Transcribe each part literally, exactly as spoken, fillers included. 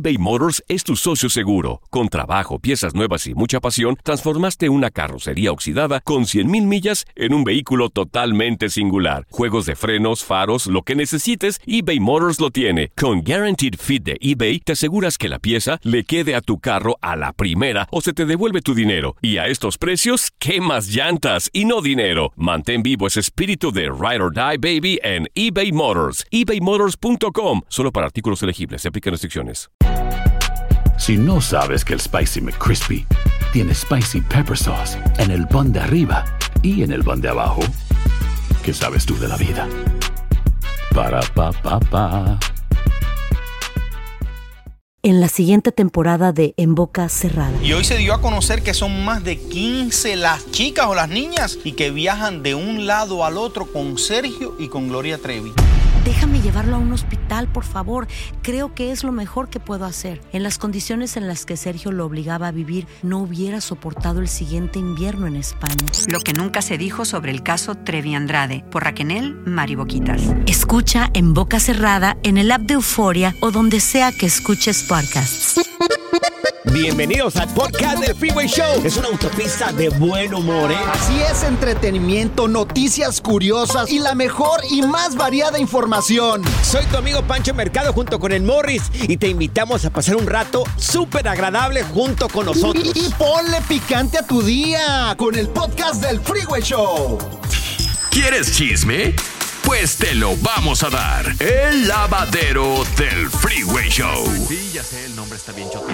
eBay Motors es tu socio seguro. Con trabajo, piezas nuevas y mucha pasión, transformaste una carrocería oxidada con cien mil millas en un vehículo totalmente singular. Juegos de frenos, faros, lo que necesites, eBay Motors lo tiene. Con Guaranteed Fit de eBay, te aseguras que la pieza le quede a tu carro a la primera o se te devuelve tu dinero. Y a estos precios, ¿qué más llantas y no dinero? Mantén vivo ese espíritu de Ride or Die, baby, en eBay Motors. ebay motors punto com. Solo para artículos elegibles. Se aplican restricciones. Si no sabes que el Spicy McCrispy tiene Spicy Pepper Sauce en el pan de arriba y en el pan de abajo, ¿qué sabes tú de la vida? Para, pa, pa, pa. En la siguiente temporada de En Boca Cerrada. Y hoy se dio a conocer que son más de quince las chicas o las niñas y que viajan de un lado al otro con Sergio y con Gloria Trevi. Déjame llevarlo a un hospital, por favor. Creo que es lo mejor que puedo hacer. En las condiciones en las que Sergio lo obligaba a vivir, no hubiera soportado el siguiente invierno en España. Lo que nunca se dijo sobre el caso Trevi Andrade, por Raquel Mariboquitas. Escucha En Boca Cerrada, en el app de Euforia o donde sea que escuches podcasts. Bienvenidos al podcast del Freeway Show. Es una autopista de buen humor, ¿eh? Así es, entretenimiento, noticias curiosas y la mejor y más variada información. Soy tu amigo Pancho Mercado junto con el Morris y te invitamos a pasar un rato súper agradable junto con nosotros. Y, y ponle picante a tu día con el podcast del Freeway Show. ¿Quieres chisme? Pues te lo vamos a dar. El lavadero del Freeway Show. Sí, ya sé, el nombre está bien choteado.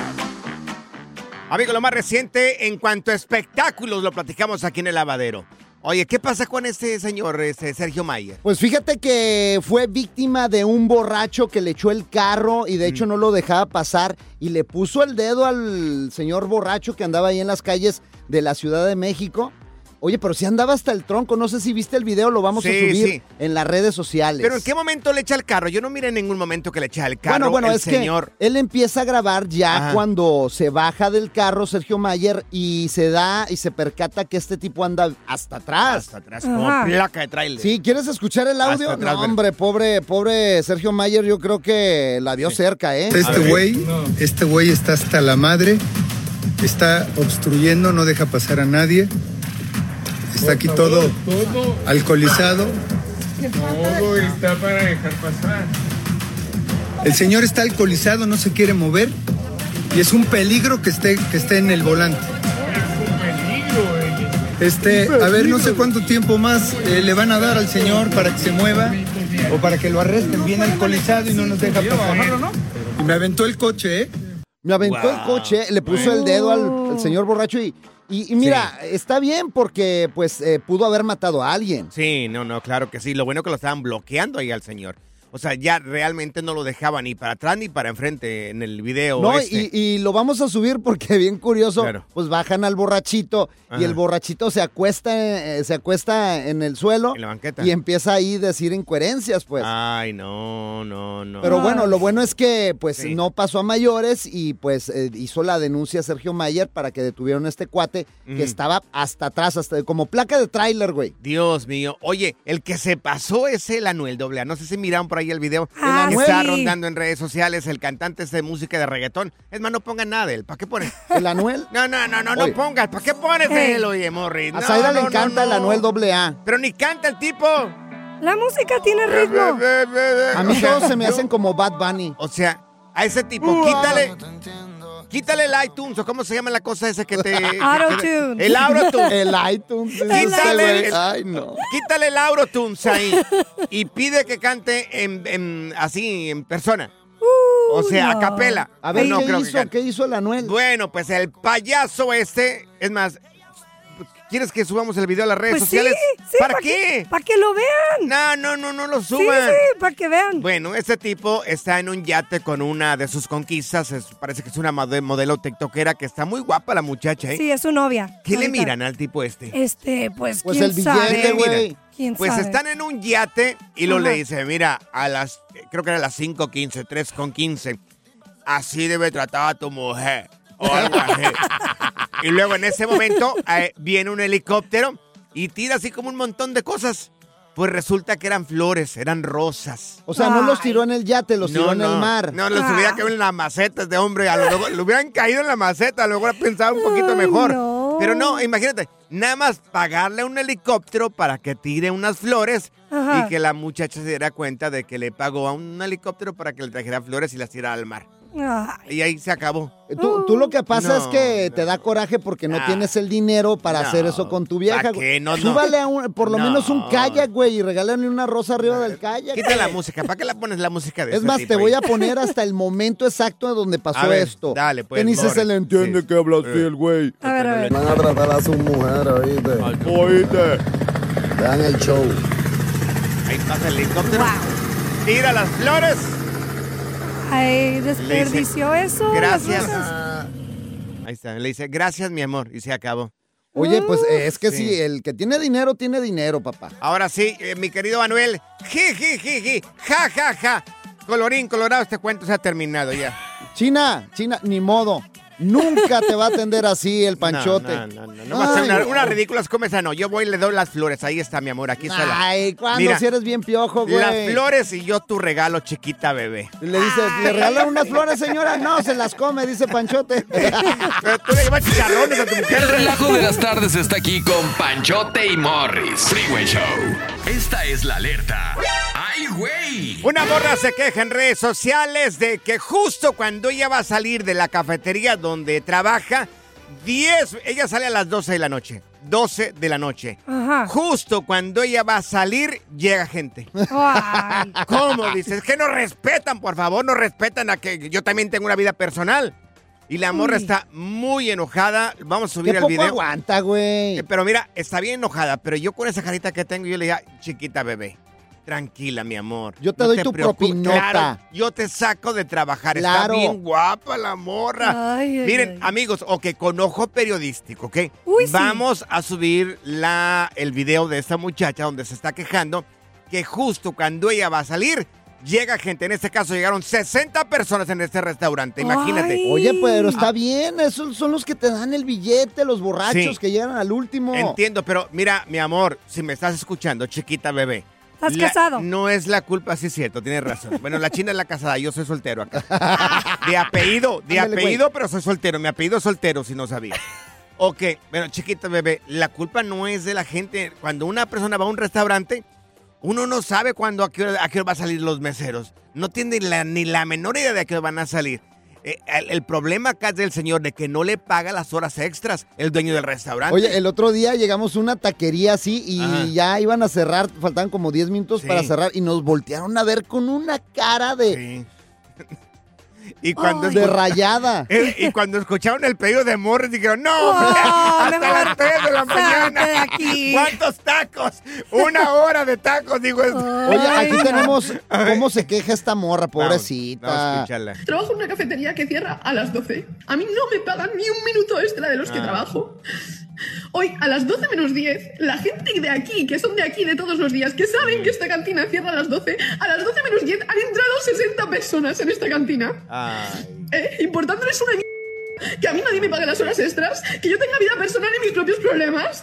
Amigo, lo más reciente en cuanto a espectáculos lo platicamos aquí en el lavadero. Oye, ¿qué pasa con este señor, este Sergio Mayer? Pues fíjate que fue víctima de un borracho que le echó el carro y de hecho mm. no lo dejaba pasar y le puso el dedo al señor borracho que andaba ahí en las calles de la Ciudad de México. Oye, pero si andaba hasta el tronco, no sé si viste el video, lo vamos sí, a subir sí. en las redes sociales. Pero ¿en qué momento le echa el carro? Yo no miré en ningún momento que le echa el carro. Bueno, bueno, el es señor. que él empieza a grabar ya Ajá. cuando se baja del carro Sergio Mayer y se da y se percata que este tipo anda hasta atrás. Hasta atrás, Ajá. como placa de tráiler. Sí, ¿quieres escuchar el audio? Atrás, no, hombre, pobre, pobre Sergio Mayer, yo creo que la dio sí. cerca, ¿eh? Este güey, no. este güey está hasta la madre, está obstruyendo, no deja pasar a nadie. Está aquí todo, todo alcoholizado. Todo está para dejar pasar. El señor está alcoholizado, no se quiere mover y es un peligro que esté, que esté en el volante. Es un peligro, eh. Este, a ver, no sé cuánto tiempo más eh, le van a dar al señor para que se mueva o para que lo arresten bien alcoholizado y no nos deja pasar. Y me aventó el coche, ¿eh? Me aventó wow. el coche, le puso el dedo al, al señor borracho y... Y, y mira, sí. está bien porque pues eh, pudo haber matado a alguien. Sí, no, no, claro que sí. Lo bueno que lo estaban bloqueando ahí al señor. O sea, ya realmente no lo dejaba ni para atrás ni para enfrente en el video. No, este. y, y lo vamos a subir porque bien curioso, claro. pues bajan al borrachito Ajá. y el borrachito se acuesta, eh, se acuesta en el suelo. En la banqueta. Y empieza ahí a decir incoherencias, pues. Ay, no, no, no. Pero bueno, lo bueno es que pues sí. no pasó a mayores y pues eh, hizo la denuncia Sergio Mayer para que detuvieron a este cuate mm. que estaba hasta atrás, hasta como placa de tráiler, güey. Dios mío. Oye, el que se pasó es el Anuel doble A. No sé si miraron por ahí el video ah, que sí. está rondando en redes sociales, el cantante es de música de reggaetón. Es más, no pongan nada de él. ¿Para qué pones? ¿El Anuel? No, no, no, no, oye. no pongas. ¿Para qué pones de él, oye, Morris? A no, Zaira no, le encanta no, no. el Anuel doble A. Pero ni canta el tipo. La música tiene ritmo. A mí todos se me hacen como Bad Bunny. O sea, a ese tipo, uh, quítale... Quítale el iTunes, o cómo se llama la cosa esa que te... Autotune. El Autotune. El iTunes. Quítale el, Ay, no. Quítale el Autotunes ahí y pide que cante en, en, así, en persona. Uh, o sea, no. a capela. A ver, no, ¿qué, creo hizo, ¿qué hizo el Anuel? Bueno, pues el payaso este, es más... ¿Quieres que subamos el video a las redes pues sociales? Sí, sí, ¿Para pa qué? Para que lo vean. No, no, no, no lo suban. Sí, sí, para que vean. Bueno, este tipo está en un yate con una de sus conquistas. Es, parece que es una modelo tiktokera que está muy guapa la muchacha, ¿eh? Sí, es su novia. ¿Qué ahorita. le miran al tipo este? Este, pues, pues ¿quién el sabe? billete, güey. ¿Quién pues sabe? están en un yate y lo Ajá. le dice, mira, a las, creo que era las cinco quince, tres con quince. Así debe tratar a tu mujer. O algo así. Y luego en ese momento eh, viene un helicóptero y tira así como un montón de cosas Pues resulta que eran flores, eran rosas. O sea, no los tiró en el yate, los tiró No, en el no, mar. No, los hubiera caído en las macetas de hombre. A lo mejor le hubieran caído en la maceta, a lo mejor pensaba un poquito mejor. no. Pero no, imagínate, nada más pagarle a un helicóptero para que tire unas flores Ajá. y que la muchacha se diera cuenta de que le pagó a un helicóptero para que le trajera flores y las tirara al mar. Ay, Y ahí se acabó. Tú, tú lo que pasa No, es que no. te da coraje porque no Ah. tienes el dinero para No, hacer eso con tu vieja. ¿pa' güey. qué? No, no. Súbale a un- por lo No. menos un kayak, güey, y regálale una rosa arriba del kayak. Quita la música. ¿Para qué la pones la música de Es ese más, tipo te ahí? voy a poner hasta el momento exacto de donde pasó A ver, esto. dale, pues, Que ni se, Morris. se le entiende Sí. que habla así Eh. el güey. a ver, a ver. Van a tratar a su mujer, oíste. Oíste. Vean el show. Ahí pasa el helicóptero. Wow. Tira las flores. Ay, desperdició eso. las Gracias. rosas. Ahí está. Le dice, gracias, mi amor. Y se acabó. Oye, pues eh, es que Sí. si el que tiene dinero, tiene dinero, papá. Ahora sí, eh, mi querido Manuel. Ji, ji, ji, ji. Ja, ja, ja. Colorín colorado, este cuento se ha terminado ya. China, China, ni modo. Nunca te va a atender así el panchote. No, no, no. no, no va a ser Ay, una, no. unas ridículas como esa, no. Yo voy y le doy las flores. Ahí está, mi amor. Aquí está la. Ay, ¿cuándo Mira, si eres bien piojo, güey? Las flores y yo tu regalo, chiquita bebé. Le dice, ¿le regalan unas flores, señora? No, se las come, dice Panchote. Pero tú le llevas chicharrones a tu El mujer. relajo de las tardes está aquí con Panchote y Morris. Freeway Show. Esta es la alerta. ¡Ay, güey! Una morra se queja en redes sociales de que justo cuando ella va a salir de la cafetería donde trabaja, diez, ella sale a las doce de la noche. doce de la noche. Ajá. Justo cuando ella va a salir, llega gente. Ay. ¿Cómo dices? Que no respetan, por favor, no respetan a que yo también tengo una vida personal. Y la morra Uy. está muy enojada. Vamos a subir ¿Qué el poco video. aguanta, güey? Eh, Pero mira, está bien enojada, pero yo con esa carita que tengo, yo le diría, chiquita bebé, tranquila, mi amor. Yo te doy tu preocupes. propinota. Claro, yo te saco de trabajar. Claro. Está bien guapa la morra. Ay, ay, Miren, ay. amigos, ok, con ojo periodístico, ¿ok? Uy, sí. Vamos a subir la, el video de esta muchacha donde se está quejando que justo cuando ella va a salir, llega gente. En este caso llegaron sesenta personas en este restaurante, imagínate. Ay. Oye, pero está bien, esos son los que te dan el billete, los borrachos Sí. que llegan al último. Entiendo, pero mira, mi amor, si me estás escuchando, chiquita bebé. ¿Estás la- casado? No es la culpa, sí es cierto, tienes razón. Bueno, la china es la casada, yo soy soltero acá. De apellido, de Ándale, apellido, pero soy soltero. Mi apellido es soltero, si no sabía. Ok, bueno, chiquita bebé, la culpa no es de la gente. Cuando una persona va a un restaurante, uno no sabe cuándo, a qué hora, a qué hora va a salir los meseros. No tiene la- ni la menor idea de a qué hora van a salir. Eh, el, el problema acá es del señor de que no le paga las horas extras, el dueño del restaurante. Oye, el otro día llegamos a una taquería así y Ajá. ya iban a cerrar, faltaban como diez minutos Sí. para cerrar y nos voltearon a ver con una cara de, Sí. Y cuando, Ay. de escu- rayada. eh, y cuando escucharon el pedido de Morris, dijeron, no, Oh, hombre, hasta mejor las tres de la salte mañana. de aquí. ¿Cuántos tacos? Una hora de tacos, digo. es- Oye, aquí Ay, tenemos cómo se queja esta morra, Vamos, pobrecita. Vamos a escucharla. Trabajo en una cafetería que cierra a las doce. A mí no me pagan ni un minuto extra de los que Ah. trabajo. Hoy, a las doce menos diez, la gente de aquí, que son de aquí de todos los días, que saben que esta cantina cierra a las doce, a las doce menos diez han entrado sesenta personas en esta cantina. Ay. Eh, importándoles una mierda que a mí nadie me pague las horas extras, que yo tenga vida personal y mis propios problemas.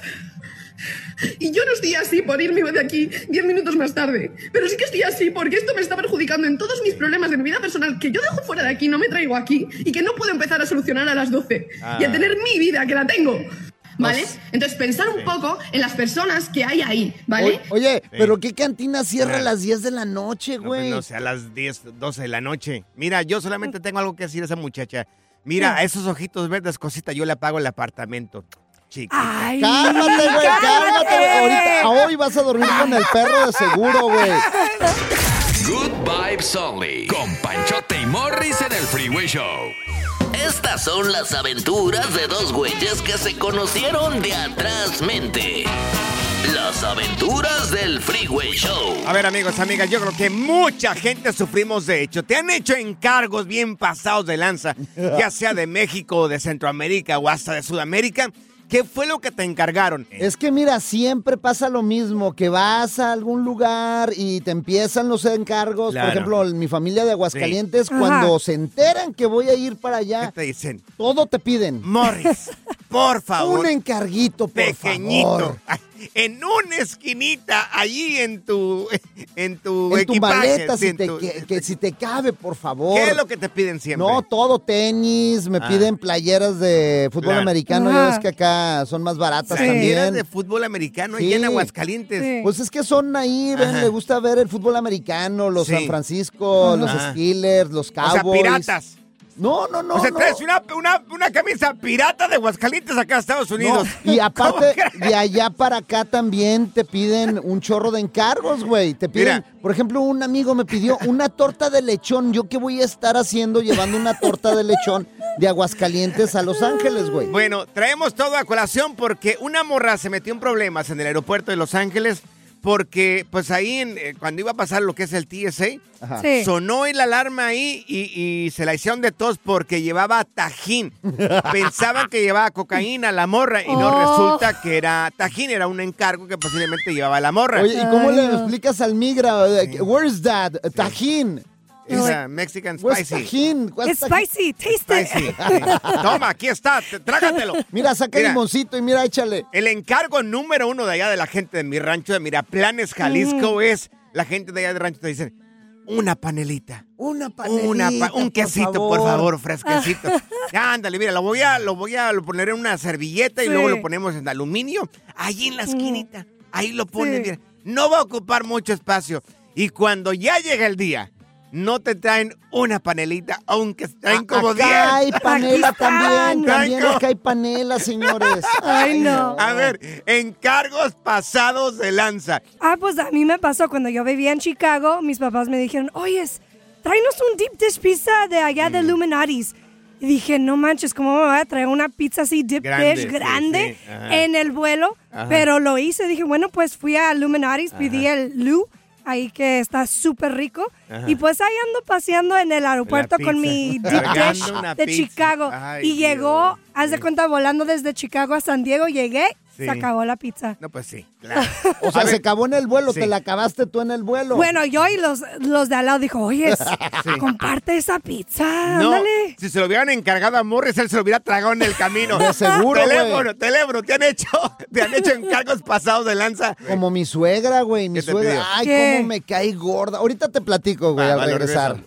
Y yo no estoy así por irme de aquí diez minutos más tarde. Pero sí que estoy así porque esto me está perjudicando en todos mis problemas de mi vida personal que yo dejo fuera de aquí, no me traigo aquí y que no puedo empezar a solucionar a las doce. Ah. Y a tener mi vida, que la tengo. ¿Vale? Nos- Entonces pensar un Sí. poco en las personas que hay ahí, ¿vale? O- Oye, Sí. pero ¿qué cantina cierra a Ah. las diez de la noche, No, pues, güey? no sé, a las diez, doce de la noche. Mira, yo solamente tengo algo que decir a esa muchacha. Mira, a esos ojitos verdes, cosita, yo le pago el apartamento. Chiquita. Ay, Cálmate, güey, cálmate. Ahorita, hoy vas a dormir con el perro de seguro, güey. Good vibes only. Con Panchote y Morris en el Freeway Show. Estas son las aventuras de dos güeyes que se conocieron de atrás mente. Las aventuras del Freeway Show. A ver, amigos, amigas, yo creo que mucha gente sufrimos de hecho. Te han hecho encargos bien pasados de lanza, ya sea de México, de Centroamérica o hasta de Sudamérica. ¿Qué fue lo que te encargaron? Es que mira, siempre pasa lo mismo, que vas a algún lugar y te empiezan los encargos. Claro. Por ejemplo, mi familia de Aguascalientes, Sí. cuando Ajá. se enteran que voy a ir para ¿Qué allá, te dicen? todo te piden. Morris, por favor. Un encarguito, por Pequeñito. favor. Ay, en una esquinita, allí en tu en tu En tu equipaje. maleta, sí, si en te, tu- que, que si te cabe, por favor. ¿Qué es lo que te piden siempre? No, todo, tenis, me Ah. piden playeras de fútbol Claro. americano, ya ves que acá son más baratas Playeras también. de fútbol americano Sí. allá en Aguascalientes. Pues es que son ahí, ven, Ajá. me gusta ver el fútbol americano, los Sí. San Francisco, los Ajá. Steelers, los O Cowboys. sea, piratas. No, no, no. O sea, no. traes una, una, una camisa pirata de Aguascalientes acá a Estados Unidos. No, y aparte, ¿Cómo crees? de allá para acá también te piden un chorro de encargos, güey. Te piden, Mira. por ejemplo, un amigo me pidió una torta de lechón. ¿Yo qué voy a estar haciendo llevando una torta de lechón de Aguascalientes a Los Ángeles, güey? Bueno, traemos todo a colación porque una morra se metió en problemas en el aeropuerto de Los Ángeles porque, pues ahí, en, eh, cuando iba a pasar lo que es el T S A, Ajá. Sí. sonó la alarma ahí y, y se la hicieron de tos porque llevaba tajín. Pensaban que llevaba cocaína la morra y no Oh. resulta que era tajín, era un encargo que posiblemente llevaba la morra. Oye, ¿y cómo Ay, le no. explicas al migra? eh, Where is that? Tajín. Es uh, Mexican Where's Spicy. tajín? What's It's tajín? spicy, taste it. Spicy. Sí. Toma, aquí está, t- trágatelo. Mira, saca Mira. limoncito y mira, échale. El encargo número uno de allá de la gente de mi rancho de Miraplanes, Jalisco, es la gente de allá del rancho te dicen, una panelita. Una panelita, Una pa- un por quesito, por favor, fresquecito. Ya, ándale, mira, lo voy a, lo voy a lo poner en una servilleta y Sí. luego lo ponemos en aluminio. Allí en la esquinita. Ahí lo ponen, Sí. mira. No va a ocupar mucho espacio. Y cuando ya llega el día, no te traen una panelita, aunque traen como diez. Acá hay panela Aquí también, están. también Traen acá hay panela, señores. Ay, no. A ver, encargos pasados de lanza. Ah, pues a mí me pasó cuando yo vivía en Chicago, mis papás me dijeron, oye, tráenos un deep dish pizza de allá Mm. de Luminaris. Y dije, no manches, ¿cómo me voy a traer una pizza así deep Grande, dish sí, grande sí, ajá. en el vuelo? Ajá. Pero lo hice, dije, bueno, pues fui a Luminaris, pedí el Lu, ahí que está súper rico. Ajá. Y pues ahí ando paseando en el aeropuerto La con pizza. mi deep Cargando dish una de pizza. Chicago. Ay, y llegó, Dios. haz de cuenta, volando desde Chicago a San Diego, llegué, Sí. se acabó la pizza. No, pues sí, claro. O sea, A ver, se acabó en el vuelo, sí. te la acabaste tú en el vuelo. Bueno, yo y los, los de al lado dijo, oye, comparte esa pizza, No, ándale. si se lo hubieran encargado a Morris, él se lo hubiera tragado en el camino. De seguro, güey. Teléfono, teléfono, te han hecho, te han hecho encargos pasados de lanza. Como mi suegra, güey, mi ¿Qué te suegra. pidió? Ay, ¿Qué? cómo me cae gorda. Ahorita te platico, güey, Va, al va, lo regresar.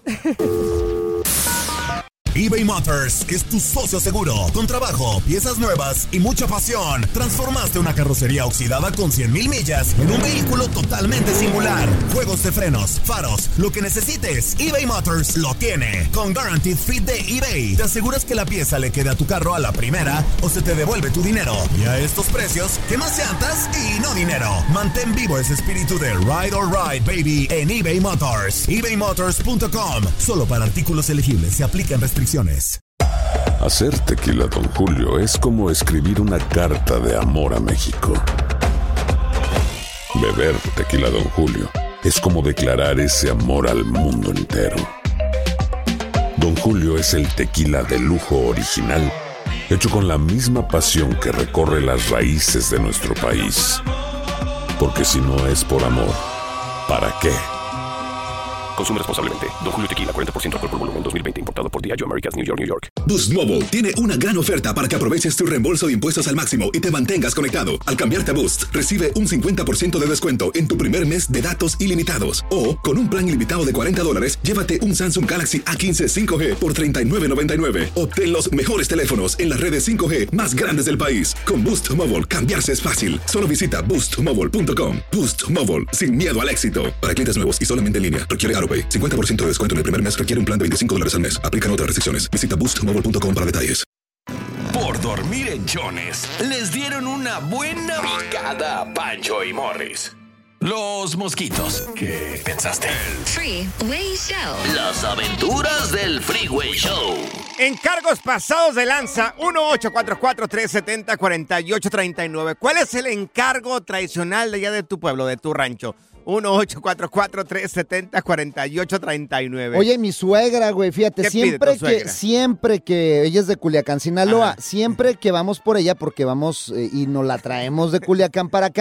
eBay Motors es tu socio seguro. Con trabajo, piezas nuevas y mucha pasión, transformaste una carrocería oxidada con cien mil millas en un vehículo totalmente singular. Juegos de frenos, faros, lo que necesites, eBay Motors lo tiene. Con Guaranteed Fit de eBay, te aseguras que la pieza le quede a tu carro a la primera o se te devuelve tu dinero. Y a estos precios, ¿qué más llantas y no dinero? Mantén vivo ese espíritu de Ride or Ride, baby, en eBay Motors. ebay motors punto com. Solo para artículos elegibles se aplican restricciones. Hacer tequila Don Julio es como escribir una carta de amor a México. Beber tequila Don Julio es como declarar ese amor al mundo entero. Don Julio es el tequila de lujo original, hecho con la misma pasión que recorre las raíces de nuestro país. Porque si no es por amor, ¿para qué? Consume responsablemente. Don Julio Tequila, cuarenta por ciento alcohol por volumen, dos mil veinte. Importado por Diageo Americas, New York, New York. Boost Mobile tiene una gran oferta para que aproveches tu reembolso de impuestos al máximo y te mantengas conectado. Al cambiarte a Boost, recibe un cincuenta por ciento de descuento en tu primer mes de datos ilimitados. O, con un plan ilimitado de cuarenta dólares, llévate un Samsung Galaxy A quince cinco G por treinta y nueve noventa y nueve. Obtén los mejores teléfonos en las redes cinco G más grandes del país. Con Boost Mobile, cambiarse es fácil. Solo visita boost mobile punto com. Boost Mobile, sin miedo al éxito. Para clientes nuevos y solamente en línea, requiere AutoPay. cincuenta por ciento de descuento en el primer mes requiere un plan de veinticinco dólares al mes. Aplican otras restricciones. Visita boost mobile punto com para detalles. Por dormir en Jones, les dieron una buena picada a Pancho y Morris. Los mosquitos. ¿Qué pensaste? Freeway Show. Las aventuras del Freeway Show. Encargos pasados de lanza, uno ocho cuatro cuatro, tres siete cero, cuatro ocho tres nueve. ¿Cuál es el encargo tradicional de allá de tu pueblo, de tu rancho? uno ocho cuatro cuatro, tres siete cero, cuatro ocho tres nueve. Oye, mi suegra, güey, fíjate, ¿Qué pide siempre tu que, suegra? siempre que, ella es de Culiacán, Sinaloa, Ajá. siempre que vamos por ella, porque vamos eh, y nos la traemos de Culiacán para acá,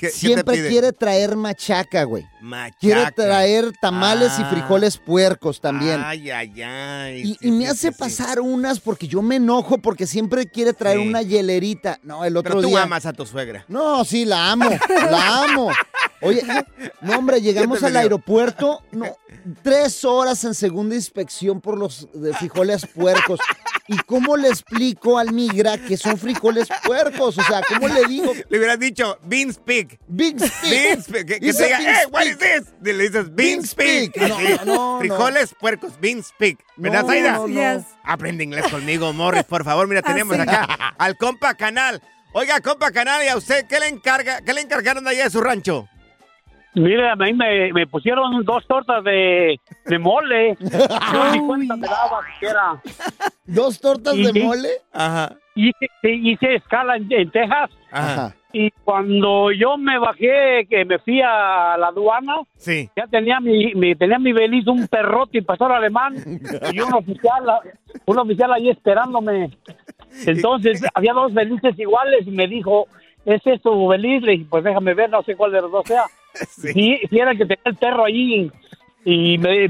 ¿Qué, siempre qué te pide? quiere traer machaca, güey. Machaca. Quiere traer tamales Ah. y frijoles puercos también. Ay, ay, ay. Y, Sí, y me sí, hace sí, sí. pasar unas porque yo me enojo porque siempre quiere traer Sí. una hielerita. No, el otro Pero tú día. amas a tu suegra. No, sí, la amo, la amo. Oye, no, hombre, llegamos te al pidió? aeropuerto, no, tres horas en segunda inspección por los de frijoles puercos. ¿Y cómo le explico al migra que son frijoles puercos? O sea, ¿cómo le digo? Le hubieras dicho, beans pig. Beans pig. Beans pig. Que, que Dice te diga, beans hey, what pig. is this? Y le dices, beans pig. pig. No, Sí. no, no, Frijoles puercos, beans pig. ¿Verdad, No, Zaida? no, no. Yes. Aprende inglés conmigo, Morris, por favor. Mira, tenemos Así. acá al compa Canal. Oiga, compa Canal, ¿y a usted qué le encarga, qué le encargaron de allá de su rancho? Mire, a mí me, me pusieron dos tortas de, de mole. Yo ni cuenta me daba siquiera. ¿Dos tortas Y- de mole? Ajá. Hice, hice escala en, en Texas. Ajá. Y cuando yo me bajé, que me fui a la aduana, Sí. ya tenía mi, mi tenía mi beliz un perrote y pastor alemán y un oficial, un oficial ahí esperándome. Entonces había dos belices iguales y me dijo, ¿ese es tu beliz? Le dije, pues déjame ver, no sé cuál de los dos sea. Sí, sí era el que tenía el perro ahí y me...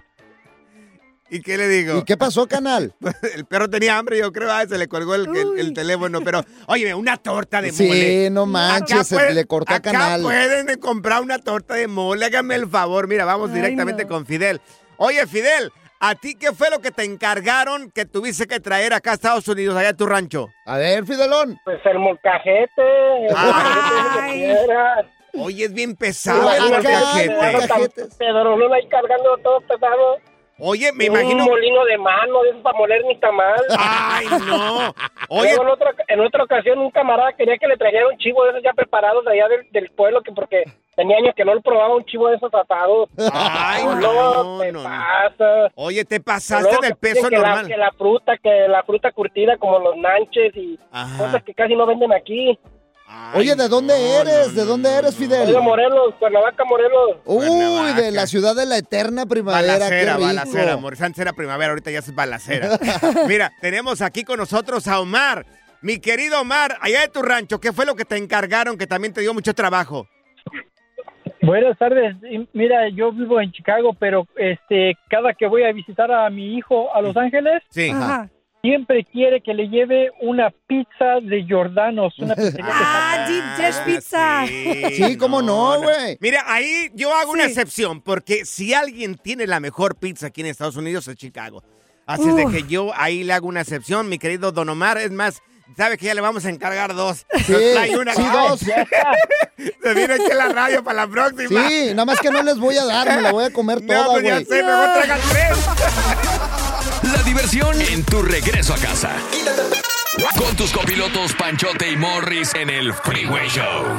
¿Y qué le digo? ¿Y qué pasó, Canal? El perro tenía hambre, yo creo, ah, se le colgó el, el- el teléfono, pero, oye, una torta de Sí, mole. no manches, Acá se pueden- le cortó a acá Canal. pueden comprar una torta de mole, hágame el favor. Mira, vamos Ay, directamente no. con Fidel. Oye, Fidel, ¿a ti qué fue lo que te encargaron que tuviste que traer acá a Estados Unidos, allá a tu rancho? A ver, Fidelón. Pues el molcajete, el molcajete Ay. de piedra. Oye, es bien pesado Acá, el molcajete. molcajetes. Pedro Lula ahí cargando todo pesado. Oye, me Un imagino... molino de mano, de eso para moler mi tamal. ¡Ay, no! Oye, Luego, en otra, en otra ocasión un camarada quería que le trajera un chivo de esos ya preparados de allá del, del pueblo, que porque tenía años que no lo probaba, un chivo de esos atados. ay, No, no, te no, no. pasa. Oye, te pasaste Luego del que dicen peso que la, normal. que la fruta, que la fruta curtida como los nanches y Ajá. cosas que casi no venden aquí. Ay, Oye, ¿de dónde no, eres? no, ¿De no, dónde no, eres, no. Fidel? Soy de Morelos, Cuernavaca, Morelos. Uy, Cuernavaca. de la ciudad de la eterna primavera. Balacera, qué rico. balacera, amor. Antes era primavera, ahorita ya es balacera. Mira, tenemos aquí con nosotros a Omar. Mi querido Omar, allá de tu rancho, ¿qué fue lo que te encargaron que también te dio mucho trabajo? Buenas tardes. Y Mira, yo vivo en Chicago, pero este, cada que voy a visitar a mi hijo a Los Ángeles, Sí. Ajá. siempre quiere que le lleve una pizza de Giordano's, una pizzería que Ah, deep dish pizza. Sí, cómo no, güey. Mira, ahí yo hago una Sí. excepción, porque si alguien tiene la mejor pizza aquí en Estados Unidos es Chicago. Así es de Uf. que yo ahí le hago una excepción, mi querido Don Omar. Es más, sabe que ya le vamos a encargar dos. Sí, Nos trae una. sí, dos. Se viene aquí la radio para la próxima. Sí, nada más que no les voy a dar, me la voy a comer No, toda, pues ya güey. sé, mejor traigan tres. La diversión en tu regreso a casa. Con tus copilotos Panchote y Morris en el Freeway Show.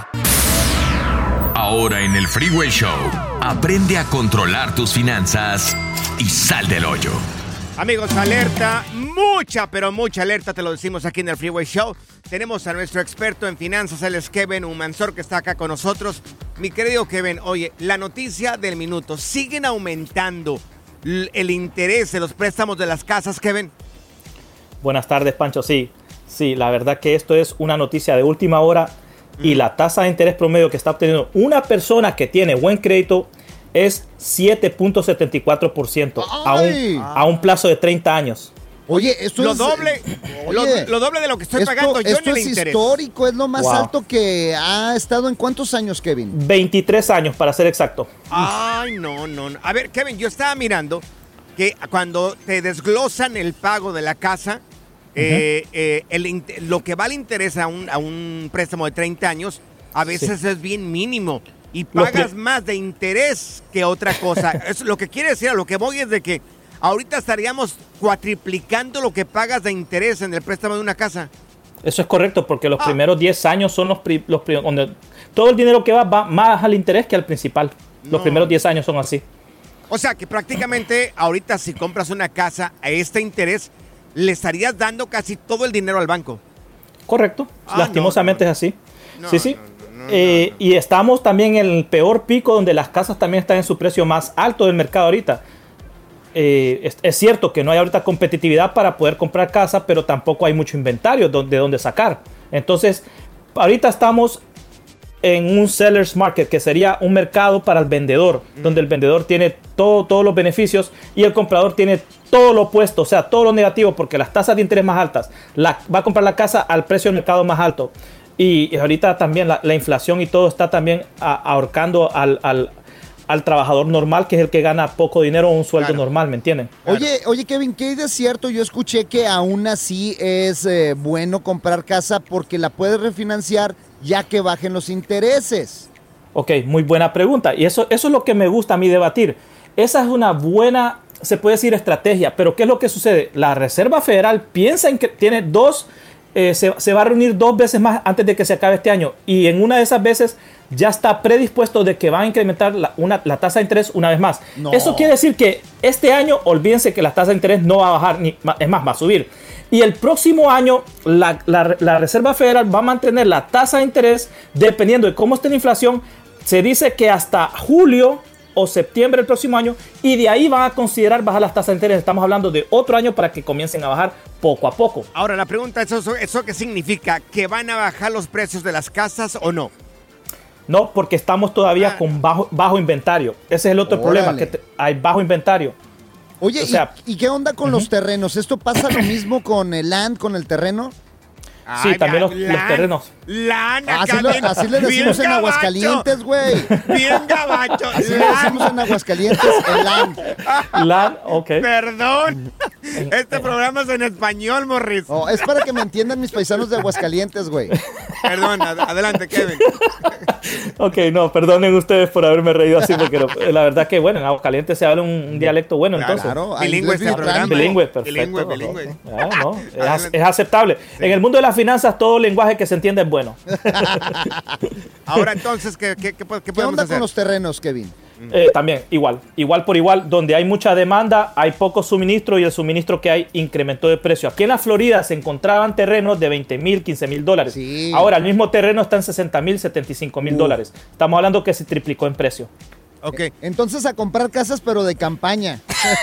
Ahora en el Freeway Show, aprende a controlar tus finanzas y sal del hoyo. Amigos, alerta, mucha, pero mucha alerta, te lo decimos aquí en el Freeway Show. Tenemos a nuestro experto en finanzas, él es Kevin Humansor, que está acá con nosotros. Mi querido Kevin, oye, la noticia del minuto, ¿siguen aumentando l- el interés de los préstamos de las casas, Kevin? Buenas tardes, Pancho. Sí, sí, la verdad que esto es una noticia de última hora y la tasa de interés promedio que está obteniendo una persona que tiene buen crédito es siete punto setenta y cuatro por ciento a un, a un plazo de treinta años. Oye, esto Lo es... doble, lo, Oye, lo doble de lo que estoy esto, pagando yo esto en el es interés. histórico, es lo más Wow. alto que ha estado en cuántos años, Kevin. veintitrés años para ser exacto. Ay, no, no, no. A ver, Kevin, yo estaba mirando que cuando te desglosan el pago de la casa, eh, eh, el int- lo que va al interés a un, a un préstamo de treinta años, a veces es bien mínimo. Y Lo pagas que- más de interés que otra cosa. Es lo que quiere decir, a lo que voy es de que ahorita estaríamos cuatriplicando lo que pagas de interés en el préstamo de una casa. Eso es correcto porque los primeros diez años son los, pri- los pri- donde todo el dinero que va va más al interés que al principal. Los No. primeros diez años son así. O sea que prácticamente ahorita si compras una casa a este interés, le estarías dando casi todo el dinero al banco. Correcto. Ah, Lastimosamente no, no, es así. No, sí, sí. no, no, Eh, y estamos también en el peor pico donde las casas también están en su precio más alto del mercado ahorita. Eh, es, es cierto que no hay ahorita competitividad para poder comprar casas, pero tampoco hay mucho inventario de, de donde sacar. Entonces, ahorita estamos en un seller's market, que sería un mercado para el vendedor, mm. donde el vendedor tiene todo, todos los beneficios y el comprador tiene todo lo opuesto, o sea, todo lo negativo, porque las tasas de interés más altas, la, va a comprar la casa al precio del mercado más alto. Y, y ahorita también la, la inflación y todo está también a, ahorcando al, al, al trabajador normal, que es el que gana poco dinero o un sueldo claro. normal, ¿me entienden? Claro. Oye, oye Kevin, ¿qué es cierto? Yo escuché que aún así es eh, bueno comprar casa porque la puedes refinanciar ya que bajen los intereses. Ok, muy buena pregunta. Y eso, eso es lo que me gusta a mí debatir. Esa es una buena, se puede decir, estrategia. Pero ¿qué es lo que sucede? La Reserva Federal piensa en que tiene dos, eh, se, se va a reunir dos veces más antes de que se acabe este año. Y en una de esas veces ya está predispuesto de que van a incrementar la, una, la tasa de interés una vez más. No. Eso quiere decir que este año, olvídense que la tasa de interés no va a bajar, ni, es más, va a subir. Y el próximo año la, la, la Reserva Federal va a mantener la tasa de interés dependiendo de cómo esté la inflación. Se dice que hasta julio o septiembre del próximo año, y de ahí van a considerar bajar las tasas de interés. Estamos hablando de otro año para que comiencen a bajar poco a poco. Ahora, la pregunta es, ¿eso, eso qué significa? ¿Que van a bajar los precios de las casas o no? No, porque estamos todavía ah. con bajo, bajo inventario. Ese es el otro Órale. problema, que te, hay bajo inventario. Oye, o sea, ¿y, ¿y qué onda con uh-huh. los terrenos? ¿Esto pasa lo mismo con el land, con el terreno? Sí, Ay, también los, lan, los terrenos. Lan, así, lo, así le decimos en Aguascalientes, güey. Bien gabacho. Así lan. le decimos en Aguascalientes, el land. Land, ok. Perdón. Este programa es en español, Morris. Oh, es para que me entiendan mis paisanos de Aguascalientes, güey. Perdón, ad- adelante, Kevin. Ok, no, perdonen ustedes por haberme reído así, porque no, la verdad que, bueno, en Aguascalientes se habla un, un dialecto bueno, claro, entonces. Claro, bilingüe este programa. Bilingüe, perfecto. Bilingüe, bilingüe. Ah, no, es, es aceptable. Sí. En el mundo de las finanzas, todo lenguaje que se entiende es bueno. Ahora, entonces, ¿qué, qué, qué, qué podemos ¿Qué onda hacer? con los terrenos, Kevin? Eh, también, igual, igual por igual, donde hay mucha demanda, hay poco suministro y el suministro que hay incrementó de precio. Aquí en la Florida se encontraban terrenos de veinte mil, quince mil dólares. Sí. Ahora el mismo terreno está en sesenta mil, setenta y cinco mil dólares. Estamos hablando que se triplicó en precio. Ok. Entonces a comprar casas pero de campaña.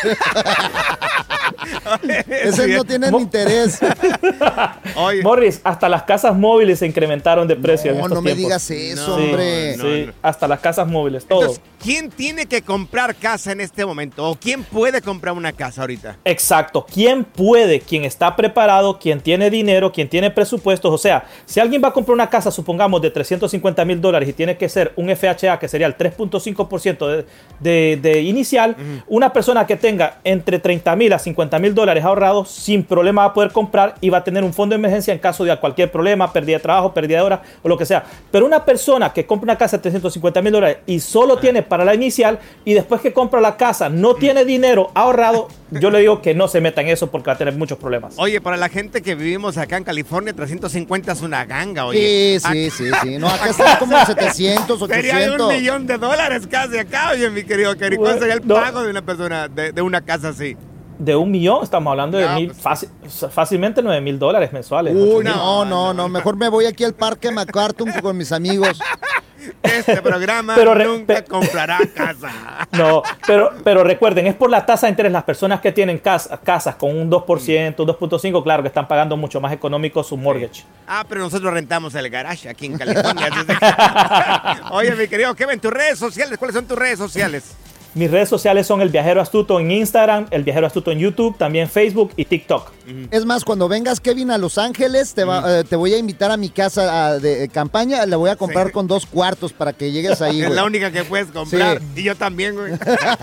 Esos no tienen Mo- interés. Oye. Morris, hasta las casas móviles se incrementaron de precio. No, en estos no me tiempos. digas eso, Sí, hombre. no, sí, no. Hasta las casas móviles, todo. Entonces, ¿quién tiene que comprar casa en este momento? ¿O quién puede comprar una casa ahorita? Exacto. ¿Quién puede? ¿Quién está preparado? ¿Quién tiene dinero? ¿Quién tiene presupuestos? O sea, si alguien va a comprar una casa, supongamos, de trescientos cincuenta mil dólares y tiene que ser un F H A, que sería el tres punto cinco por ciento de, de, de inicial, uh-huh. una persona que tenga entre treinta mil a cincuenta mil dólares ahorrados, sin problema va a poder comprar y va a tener un fondo de emergencia en caso de cualquier problema, pérdida de trabajo, pérdida de horas o lo que sea. Pero una persona que compra una casa de trescientos cincuenta mil dólares y solo tiene para la inicial y después que compra la casa no tiene dinero ahorrado, yo le digo que no se meta en eso porque va a tener muchos problemas. Oye, para la gente que vivimos acá en California, trescientos cincuenta es una ganga, oye. Sí, sí, sí, sí. No, acá está como setecientos, ochocientos. Sería un millón de dólares casi acá, oye, mi querido Kerry. ¿Cuál sería el pago de una persona, de, de una casa así? De un millón, estamos hablando de no, mil, pues, fácil, fácilmente nueve mil dólares mensuales. Uy, no, no, no, mejor me voy aquí al parque MacArthur con mis amigos. Este programa pero re, nunca pe- comprará casa. No, pero, pero recuerden, es por la tasa de interés. Las personas que tienen casa, casas con un dos por ciento, un dos punto cinco por ciento, claro que están pagando mucho más económico su mortgage. Sí. Ah, pero nosotros rentamos el garage aquí en California. Oye, mi querido Kevin, tus redes sociales, ¿cuáles son tus redes sociales? Mis redes sociales son El Viajero Astuto en Instagram, El Viajero Astuto en YouTube, también Facebook y TikTok. Uh-huh. Es más, cuando vengas, Kevin, a Los Ángeles, te, va, uh-huh. eh, te voy a invitar a mi casa a, de, de campaña. Le voy a comprar sí. con dos cuartos para que llegues ahí, Es güey. la única que puedes comprar. Sí. Y yo también, güey.